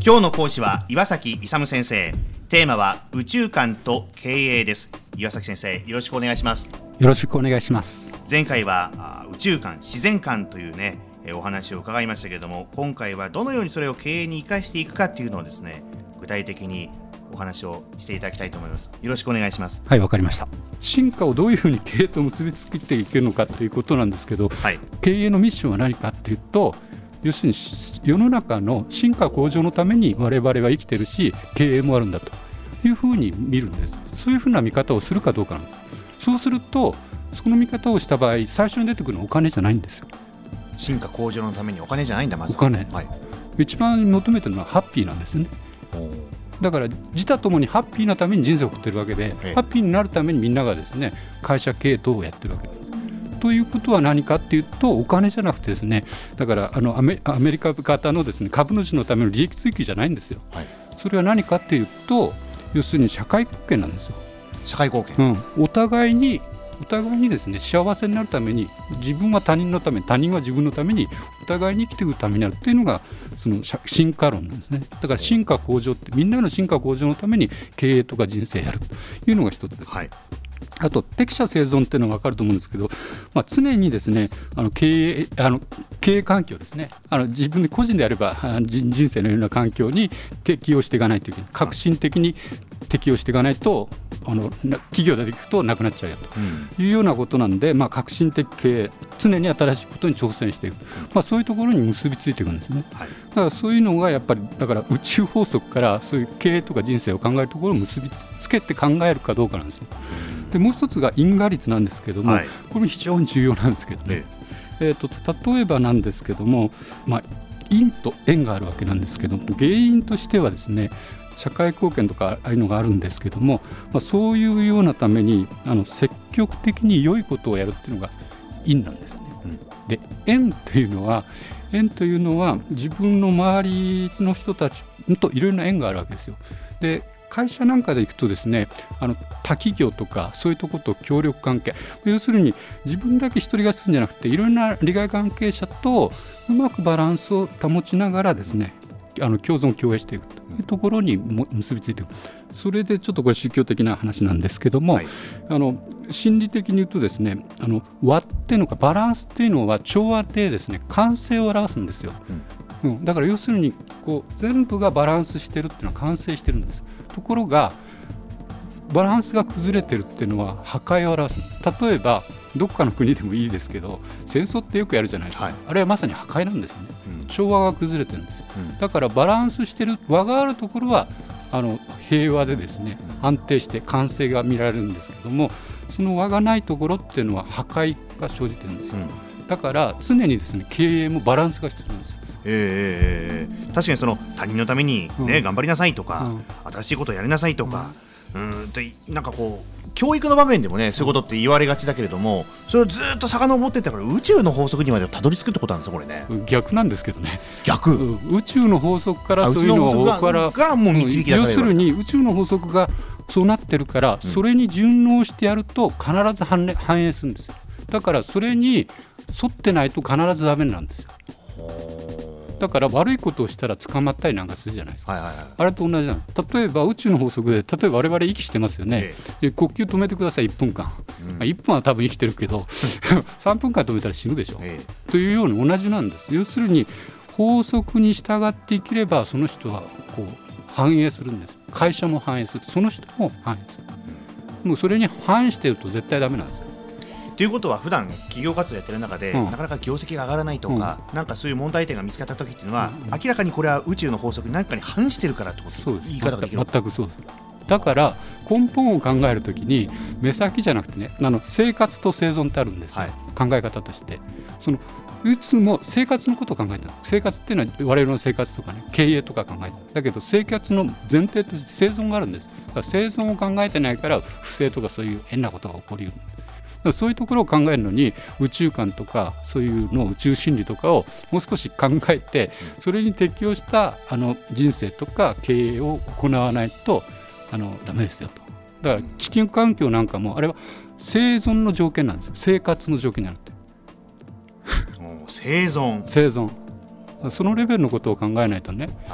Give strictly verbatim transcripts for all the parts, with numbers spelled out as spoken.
今日の講師は岩崎勇先生。テーマは宇宙観と経営です。岩崎先生、よろしくお願いします。 よろしくお願いします。 前回は宇宙観、自然観というねお話を伺いましたけれども、今回はどのようにそれを経営に生かしていくかというのをですね、具体的にお話をしていただきたいと思います。よろしくお願いします。 はい、わかりました。進化をどういうふうに経営と結びつけていけるのかということなんですけど、はい、経営のミッションは何かというと、要するに世の中の進化向上のために我々は生きてるし、経営もあるんだというふうに見るんです。そういうふうな見方をするかどうかなんです。そうすると、その見方をした場合、最初に出てくるのはお金じゃないんですよ。 進化向上のためにお金じゃないんだ。まずお金、 はい、 一番求めてるのはハッピーなんですよね。だから自他ともにハッピーなために人生を送ってるわけで、ハッピーになるためにみんながですね、会社経営等をやってるわけです。ということは何かっていうと、お金じゃなくてですね、だからあのアメ、アメリカ型のですね、株主のための利益追求じゃないんですよ、はい、それは何かっていうと、要するに社会貢献なんですよ。 社会貢献、 うん、お互いにお互いにですね、幸せになるために、自分は他人のために、他人は自分のために、お互いに生きていくためになるっていうのがその進化論なんですね。だから進化向上って、みんなの進化向上のために経営とか人生やるというのが一つです、はい。あと適者生存っていうのは分かると思うんですけど、まあ、常にですね、あの経営、あの経営環境ですね、あの自分で個人であれば人生のような環境に適応していかないといけない、革新的に適応していかないと、あの企業でいくとなくなっちゃうよというようなことなんで、まあ、革新的経営、常に新しいことに挑戦していく、まあ、そういうところに結びついていくんですね、はい、だからそういうのがやっぱり、だから宇宙法則からそういう経営とか人生を考えるところを結びつけて考えるかどうかなんですよ。でもう一つが因果率なんですけども、はい、これも非常に重要なんですけどね、えー、と例えばなんですけども、まあ、因と縁があるわけなんですけども、原因としてはですね、社会貢献とかああいうのがあるんですけども、まあ、そういうようなためにあの積極的に良いことをやるっていうのが因なんですね、うん、で縁というのは縁というのは自分の周りの人たちといろいろな縁があるわけですよ。で会社なんかで行くとですね、あの他企業とかそういうところと協力関係、要するに自分だけ一人勝ちするんじゃなくて、いろんな利害関係者とうまくバランスを保ちながらですね、あの共存共栄していくというところにも結びついていく。それでちょっとこれ宗教的な話なんですけども、はい、あの心理的に言うとですね、あの和っていうのかバランスっていうのは調和でですね、完成を表すんですよ、うんうん、だから要するにこう全部がバランスしてるっていうのは完成してるんです。ところがバランスが崩れてるっていうのは破壊を表す。例えばどこかの国でもいいですけど、戦争ってよくやるじゃないですか、はい、あれはまさに破壊なんですよね、うん、調和が崩れてるんです、うん、だからバランスしてる和があるところはあの平和でですね、安定して完成が見られるんですけども、その和がないところっていうのは破壊が生じてるんですよ、うん、だから常にですね、経営もバランスが必要なんですよ。 えー、確かにその他人のために、ね、うん、頑張りなさいとか、うん、新しいことをやりなさいとか、うん、うんとなんかこう教育の場面でもね、そういうことって言われがちだけれども、それをずっと遡っていったから宇宙の法則にまでたどり着くってことなんですよ、これね。 逆なんですけどね。 逆、 うん、宇宙の法則からそういうのをからがもう導き出される。 要するに宇宙の法則がそうなってるから、うん、それに順応してやると必ず反映、反映するんですよ。だからそれに沿ってないと必ずダメなんですよ。だから悪いことをしたら捕まったりなんかするじゃないですか、はいはいはい、あれと同じなの。例えば宇宙の法則で、例えば我々息してますよね、ええ、呼吸止めてくださいいっぷんかん、うん、いっぷんは多分生きてるけどさんぷんかん止めたら死ぬでしょ、ええ、というように同じなんです。要するに法則に従って生きればその人はこう反映するんです。会社も反映する、その人も反映する、うん、もうそれに反映していると絶対ダメなんですよ。 ということは普段企業活動やってる中で、うん、なかなか業績が上がらないとか、うん、なんかそういう問題点が見つかった時っていうのは、うん、明らかにこれは宇宙の法則に何かに反してるからってこと。 そうです。 言い方ができる。 全くそうです。だから根本を考えるときに目先じゃなくてね、あの生活と生存ってあるんですよ、はい、考え方として。そのいつも生活のことを考えた。生活っていうのは我々の生活とかね、経営とか考えた。だけど生活の前提として生存があるんです。だから生存を考えてないから不正とかそういう変なことが起こりうる。そういうところを考えるのに宇宙観とかそういうの宇宙心理とかをもう少し考えて、それに適応したあの人生とか経営を行わないとあのダメですよと。だから地球環境なんかもあれは生存の条件なんですよ。生活の条件になるって生存生存そのレベルのことを考えないとね、はい、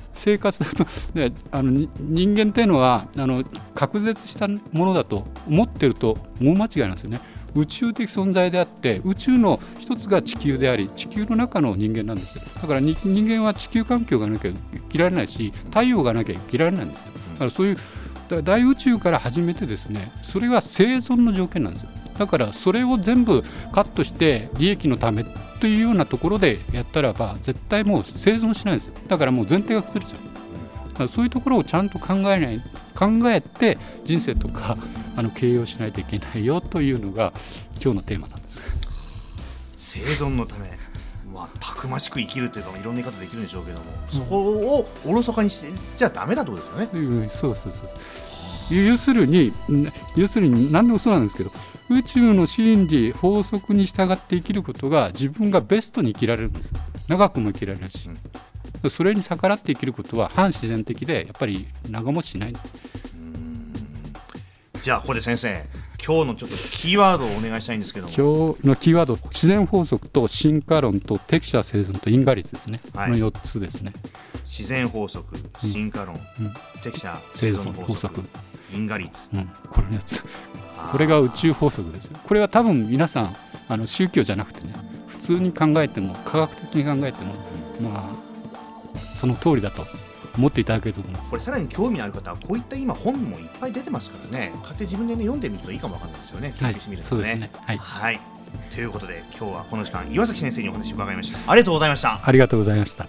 生活だとであの人間っていうのはあの隔絶したものだと思ってると大間違いなんですよね。宇宙的存在であって宇宙の一つが地球であり地球の中の人間なんですよ。だから人間は地球環境がなきゃ生きられないし太陽がなきゃ生きられないんですよ。だからそういう大宇宙から始めてですねそれが生存の条件なんですよ。だからそれを全部カットして利益のためというようなところでやったらば絶対もう生存しないんですよ。だからもう前提が崩れちゃう。だからそういうところをちゃんと考えない考えて人生とかあの経営をしないといけないよというのが今日のテーマなんです。 生存のため、まあ、たくましく生きるというかいろんな言い方できるんでしょうけども、うん、そこをおろそかにしてじゃダメだってことですよね。 そうそうそうそう要するに要するに何でもそうなんですけど宇宙の真理法則に従って生きることが自分がベストに生きられるんです。長くも生きられるし、うん、それに逆らって生きることは反自然的でやっぱり長持ちしない。うーんじゃあここで先生今日のちょっとキーワードをお願いしたいんですけども。 今日のキーワード自然法則と進化論と適者生存と因果律ですね、はい、このよっつですね。 自然法則進化論、うん、適者生存法則因果律、 うん、これのやつこれが宇宙法則ですよ。これは多分皆さんあの宗教じゃなくてね普通に考えても科学的に考えても、まあ、その通りだと思っていただけると思います。 これさらに興味のある方はこういった今本もいっぱい出てますからね買って自分で、ね、読んでみるといいかもわかんないですよね。 はい、そうですね、はいはい、ということで今日はこの時間岩崎先生にお話を伺いました。ありがとうございました。 ありがとうございました。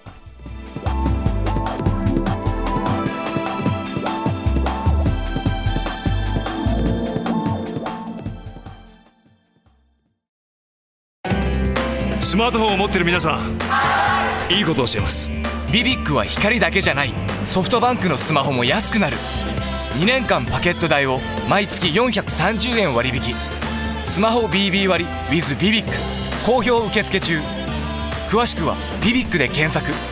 スマートフォンを持っている皆さんいいことを教えます。 ビビックは光だけじゃないソフトバンクのスマホも安くなる。にねんかんパケット代を毎月よんひゃくさんじゅうえん割引。スマホ ビービー 割 with ビビック好評受付中。詳しくはビビックで検索。